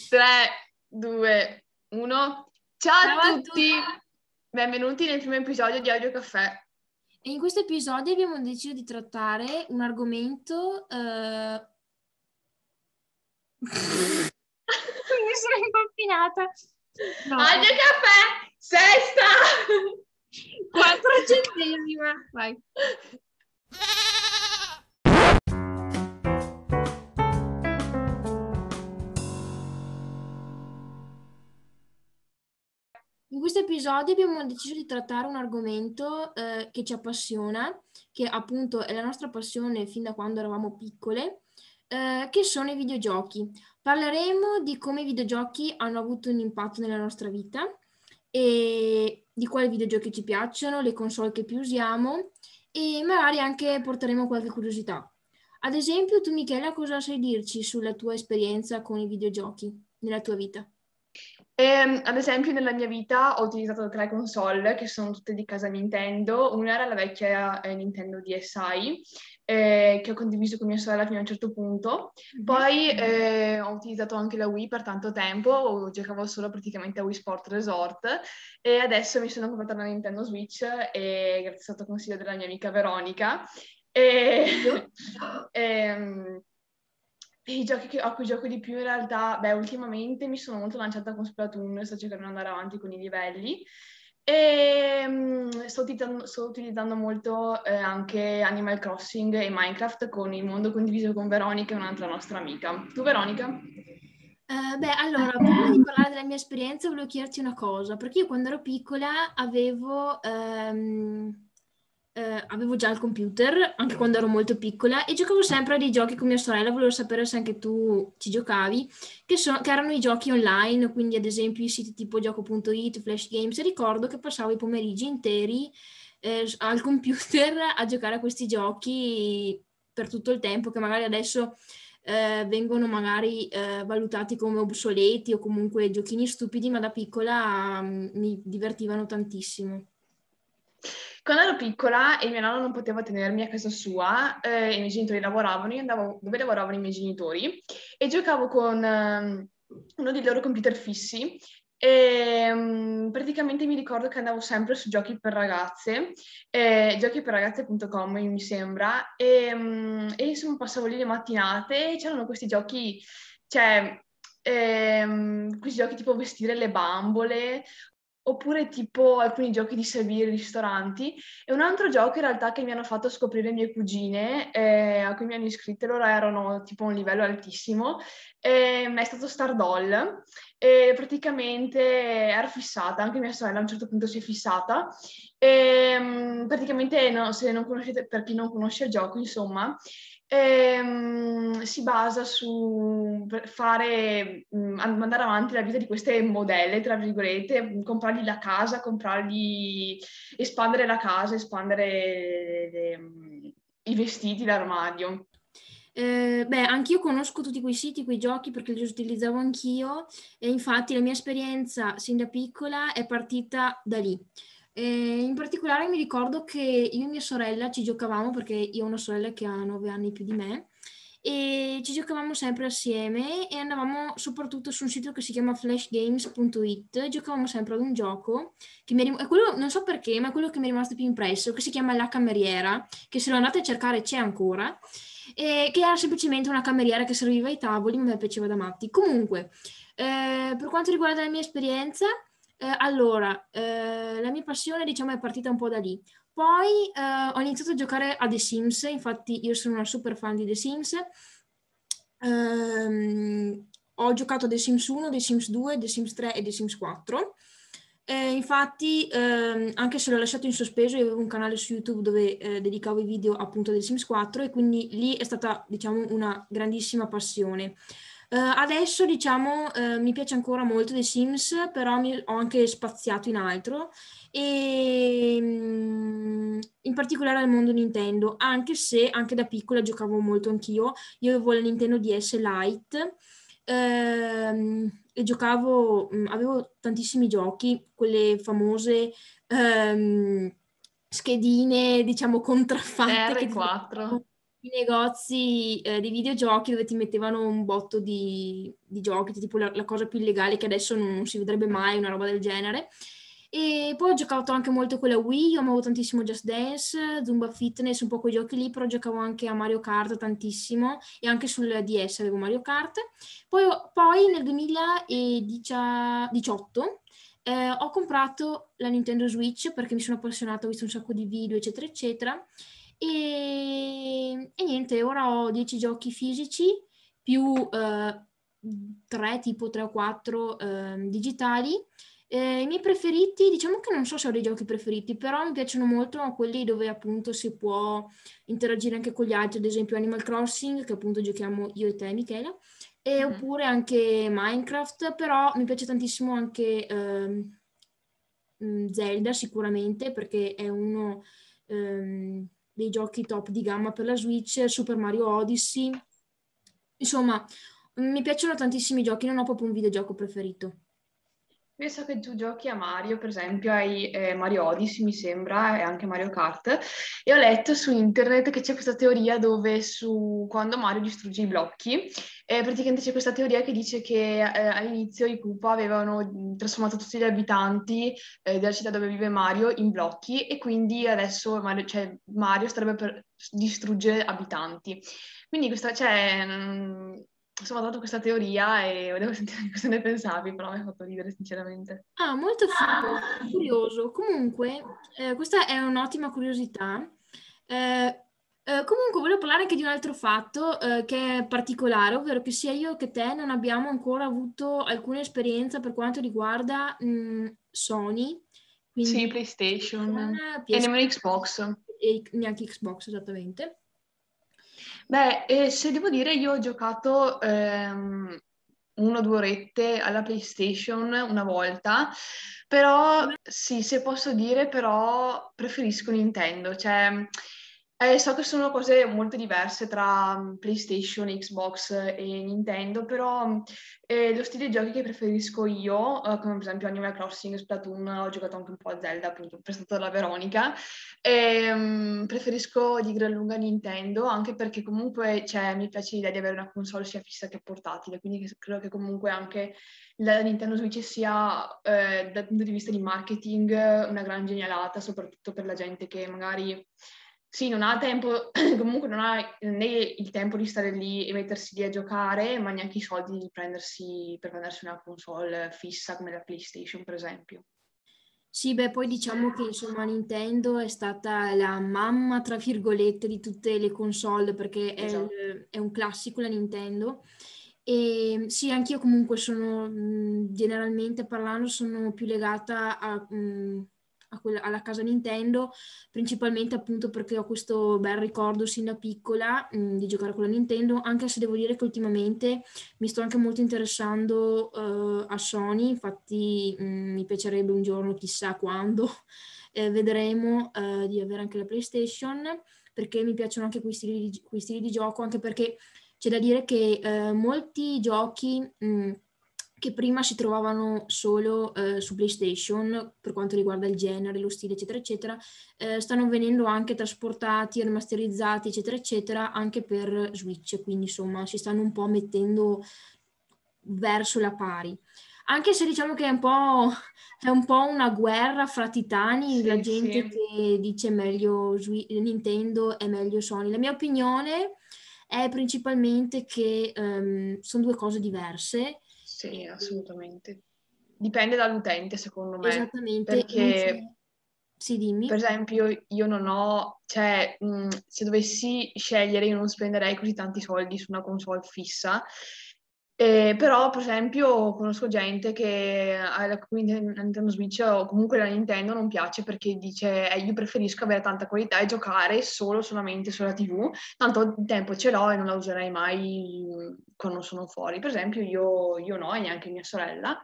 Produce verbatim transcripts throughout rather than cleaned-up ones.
tre, due, uno. Ciao Ciao a a tutti, tutti! benvenuti nel primo episodio di Audio Caffè. E in questo episodio abbiamo deciso di trattare un argomento... eh, Mi sono impappinata. No, Audio Caffè, sesta! quattrocentesima. Vai. In questo episodio abbiamo deciso di trattare un argomento eh, che ci appassiona, che appunto è la nostra passione fin da quando eravamo piccole, eh, che sono i videogiochi. Parleremo di come i videogiochi hanno avuto un impatto nella nostra vita e di quali videogiochi ci piacciono, le console che più usiamo e magari anche porteremo qualche curiosità. Ad esempio, tu Michela, cosa sai dirci sulla tua esperienza con i videogiochi nella tua vita? Ehm, ad esempio, nella mia vita ho utilizzato tre console che sono tutte di casa Nintendo. Una era la vecchia eh, Nintendo D S i, eh, che ho condiviso con mia sorella fino a un certo punto. Poi eh, ho utilizzato anche la Wii per tanto tempo, giocavo solo praticamente a Wii Sport Resort e adesso mi sono comprata la Nintendo Switch e grazie al stato consiglio della mia amica Veronica. E, ehm, i giochi che- a cui gioco di più in realtà, beh, ultimamente mi sono molto lanciata con Splatoon, sto cercando di andare avanti con i livelli e mm, sto utilizzando, sto utilizzando molto eh, anche Animal Crossing e Minecraft con il mondo condiviso con Veronica e un'altra nostra amica. Tu Veronica? Eh, beh, allora, prima di parlare della mia esperienza, volevo chiederti una cosa, perché io quando ero piccola avevo, ehm, eh, avevo già il computer, anche quando ero molto piccola, e giocavo sempre a dei giochi con mia sorella, volevo sapere se anche tu ci giocavi, che, so- che erano i giochi online, quindi ad esempio i siti tipo gioco punto it, Flash Games, e ricordo che passavo i pomeriggi interi, eh, al computer a giocare a questi giochi per tutto il tempo, che magari adesso eh, vengono magari eh, valutati come obsoleti o comunque giochini stupidi, ma da piccola mm, mi divertivano tantissimo. Quando ero piccola e mio nonno non poteva tenermi a casa sua, eh, i miei genitori lavoravano, io andavo dove lavoravano i miei genitori e giocavo con ehm, uno dei loro computer fissi e mm, praticamente mi ricordo che andavo sempre su giochi per ragazze, eh, giochi per ragazze punto com mi sembra, e, mm, e insomma passavo lì le mattinate e c'erano questi giochi, cioè ehm, questi giochi tipo vestire le bambole oppure tipo alcuni giochi di servire i ristoranti. E un altro gioco in realtà che mi hanno fatto scoprire mie cugine, eh, a cui mi hanno iscritte, loro erano tipo a un livello altissimo, ehm, è stato Stardoll. E praticamente ero fissata, anche mia sorella a un certo punto si è fissata. E, mm, praticamente, no, se non conoscete, per chi non conosce il gioco, insomma, ehm, si basa su per fare, mh, andare avanti la vita di queste modelle, tra virgolette, comprargli la casa, comprargli, espandere la casa, espandere le- mh, i vestiti, l'armadio. Eh, beh, anch'io conosco tutti quei siti, quei giochi perché li utilizzavo anch'io e infatti la mia esperienza sin da piccola è partita da lì. Eh, in particolare mi ricordo che io e mia sorella ci giocavamo perché io ho una sorella che ha nove anni più di me e ci giocavamo sempre assieme e andavamo soprattutto su un sito che si chiama flash games punto it e giocavamo sempre ad un gioco che mi è rim- è quello, non so perché, ma è quello che mi è rimasto più impresso, che si chiama La Cameriera, che se lo andate a cercare c'è ancora, e che era semplicemente una cameriera che serviva ai tavoli, ma mi piaceva da matti. Comunque, eh, per quanto riguarda la mia esperienza, eh, allora, eh, la mia passione, diciamo, è partita un po' da lì. Poi eh, ho iniziato a giocare a The Sims, infatti io sono una super fan di The Sims. Ehm, Ho giocato a The Sims uno, The Sims due, The Sims tre e The Sims quattro. Eh, infatti, ehm, anche se l'ho lasciato in sospeso, io avevo un canale su YouTube dove eh, dedicavo i video appunto del Sims quattro e quindi lì è stata, diciamo, una grandissima passione. Eh, adesso, diciamo, eh, mi piace ancora molto The Sims, però mi- ho anche spaziato in altro e mm, in particolare al mondo Nintendo, anche se anche da piccola giocavo molto anch'io. Io avevo la Nintendo D S Lite ehm, e giocavo, mh, avevo tantissimi giochi, quelle famose ehm, schedine, diciamo, contraffatte che R ti quattro. davano i negozi eh, di videogiochi dove ti mettevano un botto di, di giochi, tipo la, la cosa più illegale che adesso non, non si vedrebbe mai, una roba del genere. E poi ho giocato anche molto con la Wii, io amavo tantissimo Just Dance, Zumba Fitness, un po' quei giochi lì, però giocavo anche a Mario Kart tantissimo e anche sul D S avevo Mario Kart. Poi, poi nel duemiladiciotto eh, ho comprato la Nintendo Switch perché mi sono appassionata, ho visto un sacco di video, eccetera, eccetera. E, e niente, ora ho dieci giochi fisici più eh, tre, tipo tre o quattro eh, digitali. Eh, I miei preferiti, diciamo che non so se ho dei giochi preferiti, però mi piacciono molto quelli dove appunto si può interagire anche con gli altri, ad esempio Animal Crossing, che appunto giochiamo io e te, Michela, e Mhm. oppure anche Minecraft, però mi piace tantissimo anche ehm, mh, Zelda sicuramente, perché è uno ehm, dei giochi top di gamma per la Switch, Super Mario Odyssey. Insomma, mi piacciono tantissimi giochi, non ho proprio un videogioco preferito. Io so che tu giochi a Mario, per esempio, hai eh, Mario Odyssey, mi sembra, e anche Mario Kart, e ho letto su internet che c'è questa teoria dove su quando Mario distrugge i blocchi, eh, praticamente c'è questa teoria che dice che eh, all'inizio i Koopa avevano mh, trasformato tutti gli abitanti eh, della città dove vive Mario in blocchi e quindi adesso Mario, cioè, Mario starebbe per distruggere abitanti. Quindi questa, cioè, mh, insomma, ho trovato questa teoria e volevo sentire cosa ne pensavi, però mi ha fatto ridere sinceramente. Ah, molto figo, curioso. Comunque, eh, questa è un'ottima curiosità. Eh, eh, comunque, volevo parlare anche di un altro fatto, eh, che è particolare, ovvero che sia io che te non abbiamo ancora avuto alcuna esperienza per quanto riguarda, mh, Sony, Sì, quindi PlayStation e P S nemmeno Xbox. e neanche Xbox esattamente. Beh, e se devo dire, io ho giocato ehm, una o due orette alla PlayStation una volta, però sì, se posso dire, però preferisco Nintendo. Cioè, eh, so che sono cose molto diverse tra mm, PlayStation, Xbox e Nintendo, però eh, lo stile di giochi che preferisco io, eh, come per esempio Animal Crossing, Splatoon, ho giocato anche un po' a Zelda, appunto, prestato dalla Veronica. Ehm, preferisco di gran lunga Nintendo, anche perché comunque cioè, mi piace l'idea di avere una console sia fissa che portatile, quindi che- credo che comunque anche la Nintendo Switch sia, eh, dal punto di vista di marketing, una gran genialata, soprattutto per la gente che magari, sì, non ha tempo, comunque non ha né il tempo di stare lì e mettersi lì a giocare, ma neanche i soldi di prendersi, per prendersi una console fissa come la PlayStation, per esempio. Sì, beh, poi diciamo che insomma Nintendo è stata la mamma, tra virgolette, di tutte le console perché è, Esatto. il- è un classico la Nintendo. E sì, anch'io comunque sono, mh, generalmente parlando, sono più legata a, mh, a quella- alla casa Nintendo, principalmente appunto perché ho questo bel ricordo sin da piccola, mh, di giocare con la Nintendo, anche se devo dire che ultimamente mi sto anche molto interessando eh, a Sony, infatti mh, mi piacerebbe un giorno, chissà quando, eh, vedremo eh, di avere anche la PlayStation, perché mi piacciono anche quei stili di, quei stili di gioco, anche perché c'è da dire che eh, molti giochi mh, che prima si trovavano solo eh, su PlayStation, per quanto riguarda il genere, lo stile, eccetera, eccetera, eh, stanno venendo anche trasportati, remasterizzati, eccetera, eccetera, anche per Switch, quindi insomma si stanno un po' mettendo verso la pari. Anche se diciamo che è un po', è un po' una guerra fra titani, la Sì, gente sì. che dice meglio Swi- Nintendo e meglio Sony. La mia opinione è principalmente che ehm, sono due cose diverse. Sì, E- assolutamente. Dipende dall'utente, secondo me, Esattamente, non c'è... perché Sì, per dimmi. esempio io non ho, cioè, mh, se dovessi scegliere io non spenderei così tanti soldi su una console fissa. Eh, però per esempio conosco gente che ha la cui Nintendo Switch o comunque la Nintendo non piace perché dice eh, io preferisco avere tanta qualità e giocare solo solamente sulla T V, tanto il tempo ce l'ho e non la userei mai mh, quando sono fuori. Per esempio io, io no e neanche mia sorella.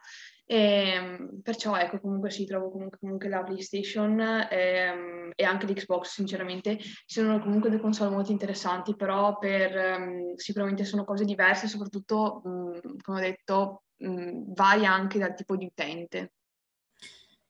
E, perciò ecco, comunque sì, trovo comunque, comunque la PlayStation ehm, e anche l'Xbox, sinceramente, sono comunque due console molto interessanti, però per, ehm, sicuramente sono cose diverse, soprattutto, mh, come ho detto, mh, varia anche dal tipo di utente.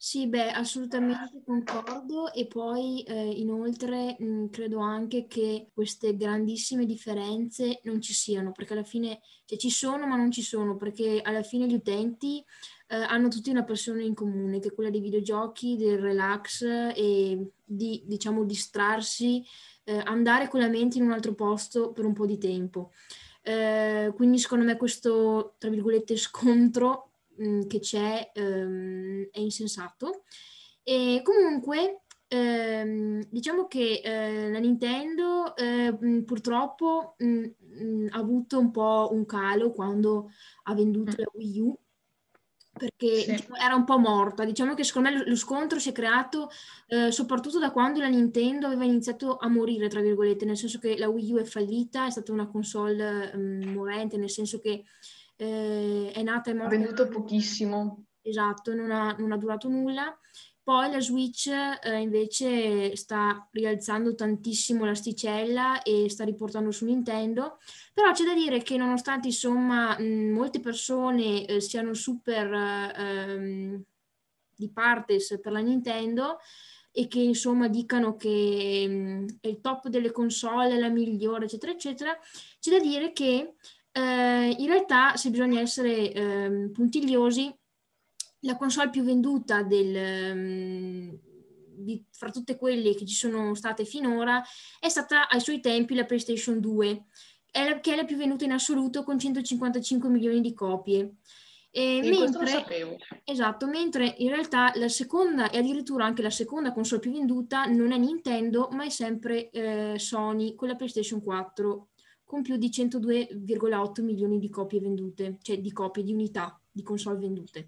Sì, beh, assolutamente concordo e poi eh, inoltre mh, credo anche che queste grandissime differenze non ci siano, perché alla fine, cioè ci sono ma non ci sono, perché alla fine gli utenti eh, hanno tutti una passione in comune, che è quella dei videogiochi, del relax e di, diciamo, distrarsi, eh, andare con la mente in un altro posto per un po' di tempo. Eh, quindi secondo me questo, tra virgolette, scontro mh, che c'è ehm, è insensato. E comunque ehm, diciamo che eh, la Nintendo eh, mh, purtroppo mh, mh, ha avuto un po' un calo quando ha venduto Mm, la Wii U perché sì. diciamo, era un po' morta. Diciamo che secondo me lo, lo scontro si è creato eh, soprattutto da quando la Nintendo aveva iniziato a morire, tra virgolette, nel senso che la Wii U è fallita, è stata una console ehm, morente, nel senso che eh, è nata e Ha morta. venduto pochissimo. Esatto, non ha, non ha durato nulla. Poi la Switch eh, invece sta rialzando tantissimo l'asticella e sta riportando su Nintendo, però c'è da dire che nonostante insomma mh, molte persone eh, siano super eh, ehm, di partes per la Nintendo e che insomma dicano che mh, è il top delle console, è la migliore, eccetera, eccetera, c'è da dire che eh, in realtà se bisogna essere ehm, puntigliosi, la console più venduta del, ehm, di- fra tutte quelle che ci sono state finora è stata ai suoi tempi la PlayStation due, è la- che è la più venduta in assoluto con centocinquantacinque milioni di copie. E Sì, questo lo mentre, sapevo. esatto, mentre in realtà la seconda e addirittura anche la seconda console più venduta non è Nintendo, ma è sempre eh, Sony con la PlayStation quattro con più di centodue virgola otto milioni di copie vendute, cioè di copie di unità di console vendute.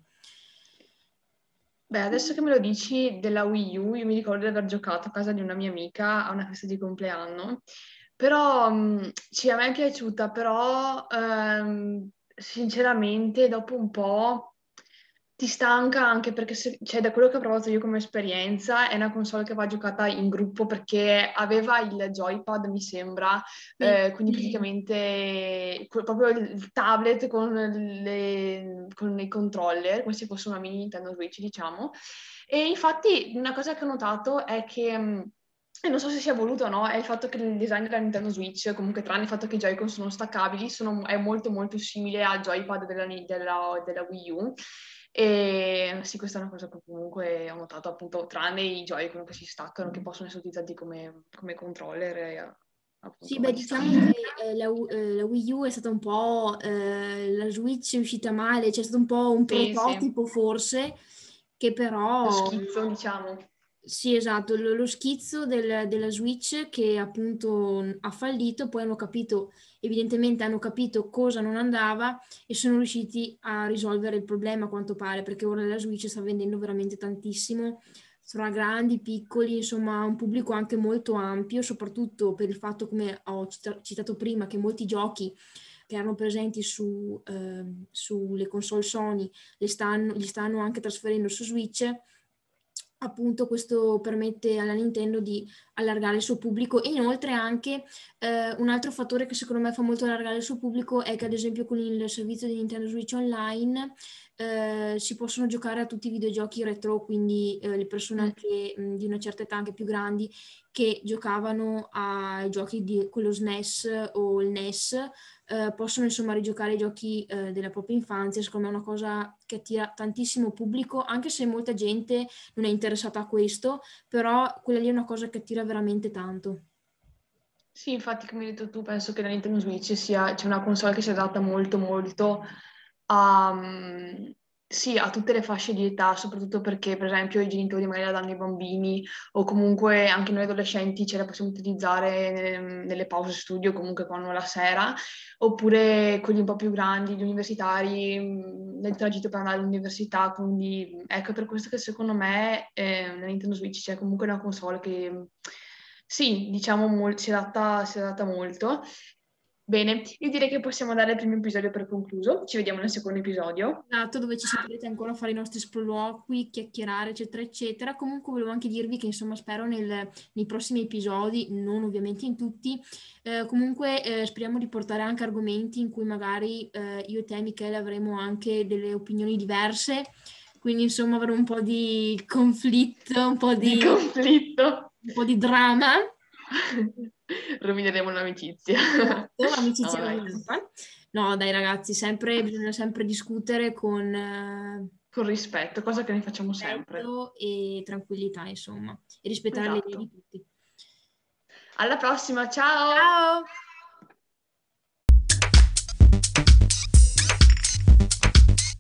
Beh, adesso che me lo dici della Wii U, io mi ricordo di aver giocato a casa di una mia amica a una festa di compleanno, però mh, sì, a me è piaciuta, però ehm, sinceramente dopo un po' ti stanca anche perché se- cioè, da quello che ho provato io come esperienza è una console che va giocata in gruppo perché aveva il joypad, mi sembra, Sì. eh, quindi praticamente que- proprio il tablet con, le- con i controller, come se fosse una mini Nintendo Switch, diciamo. E infatti una cosa che ho notato è che, mh, e non so se sia voluto o no, è il fatto che il design della Nintendo Switch, comunque tranne il fatto che i Joy-Con sono staccabili, sono- è molto molto simile al joypad della, della- della Wii U. E sì, questa è una cosa che comunque ho notato, appunto, tranne i Joy-Con che si staccano, che possono essere utilizzati come, come controller, e, Sì, appunto, a beh, diciamo distanza. che eh, la, U- eh, la Wii U è stata un po', eh, la Switch è uscita male, c'è stato un po' un Sì, sì, prototipo forse, che lo però schizzo, diciamo. sì, esatto, lo, lo schizzo del- della Switch che appunto ha fallito, poi hanno capito, evidentemente hanno capito cosa non andava e sono riusciti a risolvere il problema a quanto pare, perché ora la Switch sta vendendo veramente tantissimo, fra grandi, piccoli, insomma, ha un pubblico anche molto ampio, soprattutto per il fatto, come ho cita- citato prima, che molti giochi che erano presenti su, ehm, sulle console Sony li stanno, li stanno anche trasferendo su Switch. Appunto, questo permette alla Nintendo di allargare il suo pubblico e inoltre anche eh, un altro fattore che secondo me fa molto allargare il suo pubblico è che ad esempio con il servizio di Nintendo Switch Online eh, si possono giocare a tutti i videogiochi retro, quindi eh, le persone Mm. anche mh, di una certa età, anche più grandi, che giocavano ai giochi di, con lo S N E S o il N E S eh, possono insomma rigiocare i giochi eh, della propria infanzia. Secondo me è una cosa che attira tantissimo pubblico, anche se molta gente non è interessata a questo, però quella lì è una cosa che attira veramente tanto. Sì, infatti, come hai detto tu, penso che la Nintendo Switch sia, c'è una console che si adatta molto, molto a, mm, sì, a tutte le fasce di età, soprattutto perché, per esempio, i genitori magari la danno ai bambini o comunque anche noi adolescenti ce la possiamo utilizzare nelle, nelle pause studio, comunque quando la sera, oppure quelli un po' più grandi, gli universitari, mm, nel tragitto per andare all'università. Quindi, ecco, per questo che secondo me eh, la Nintendo Switch c'è comunque una console che sì, diciamo, mol- si adatta, si adatta molto. Bene, io direi che possiamo dare il primo episodio per concluso. Ci vediamo nel secondo episodio. Esatto, dove ci sentirete ancora fare i nostri sproloqui, chiacchierare, eccetera, eccetera. Comunque volevo anche dirvi che, insomma, spero nel- nei prossimi episodi, non ovviamente in tutti, eh, comunque eh, speriamo di portare anche argomenti in cui magari eh, io e te, Michele, avremo anche delle opinioni diverse. quindi insomma avrò un po' di conflitto, un po' Di di, conflitto. un po' di dramma. Rovineremo l'amicizia. Esatto, amicizia No, dai. rovinata. No, dai ragazzi, sempre, bisogna sempre discutere con eh, Con rispetto, cosa che ne facciamo sempre. rispetto e tranquillità, insomma, e rispettare le idee di Esatto. tutti. Alla prossima, ciao! Ciao!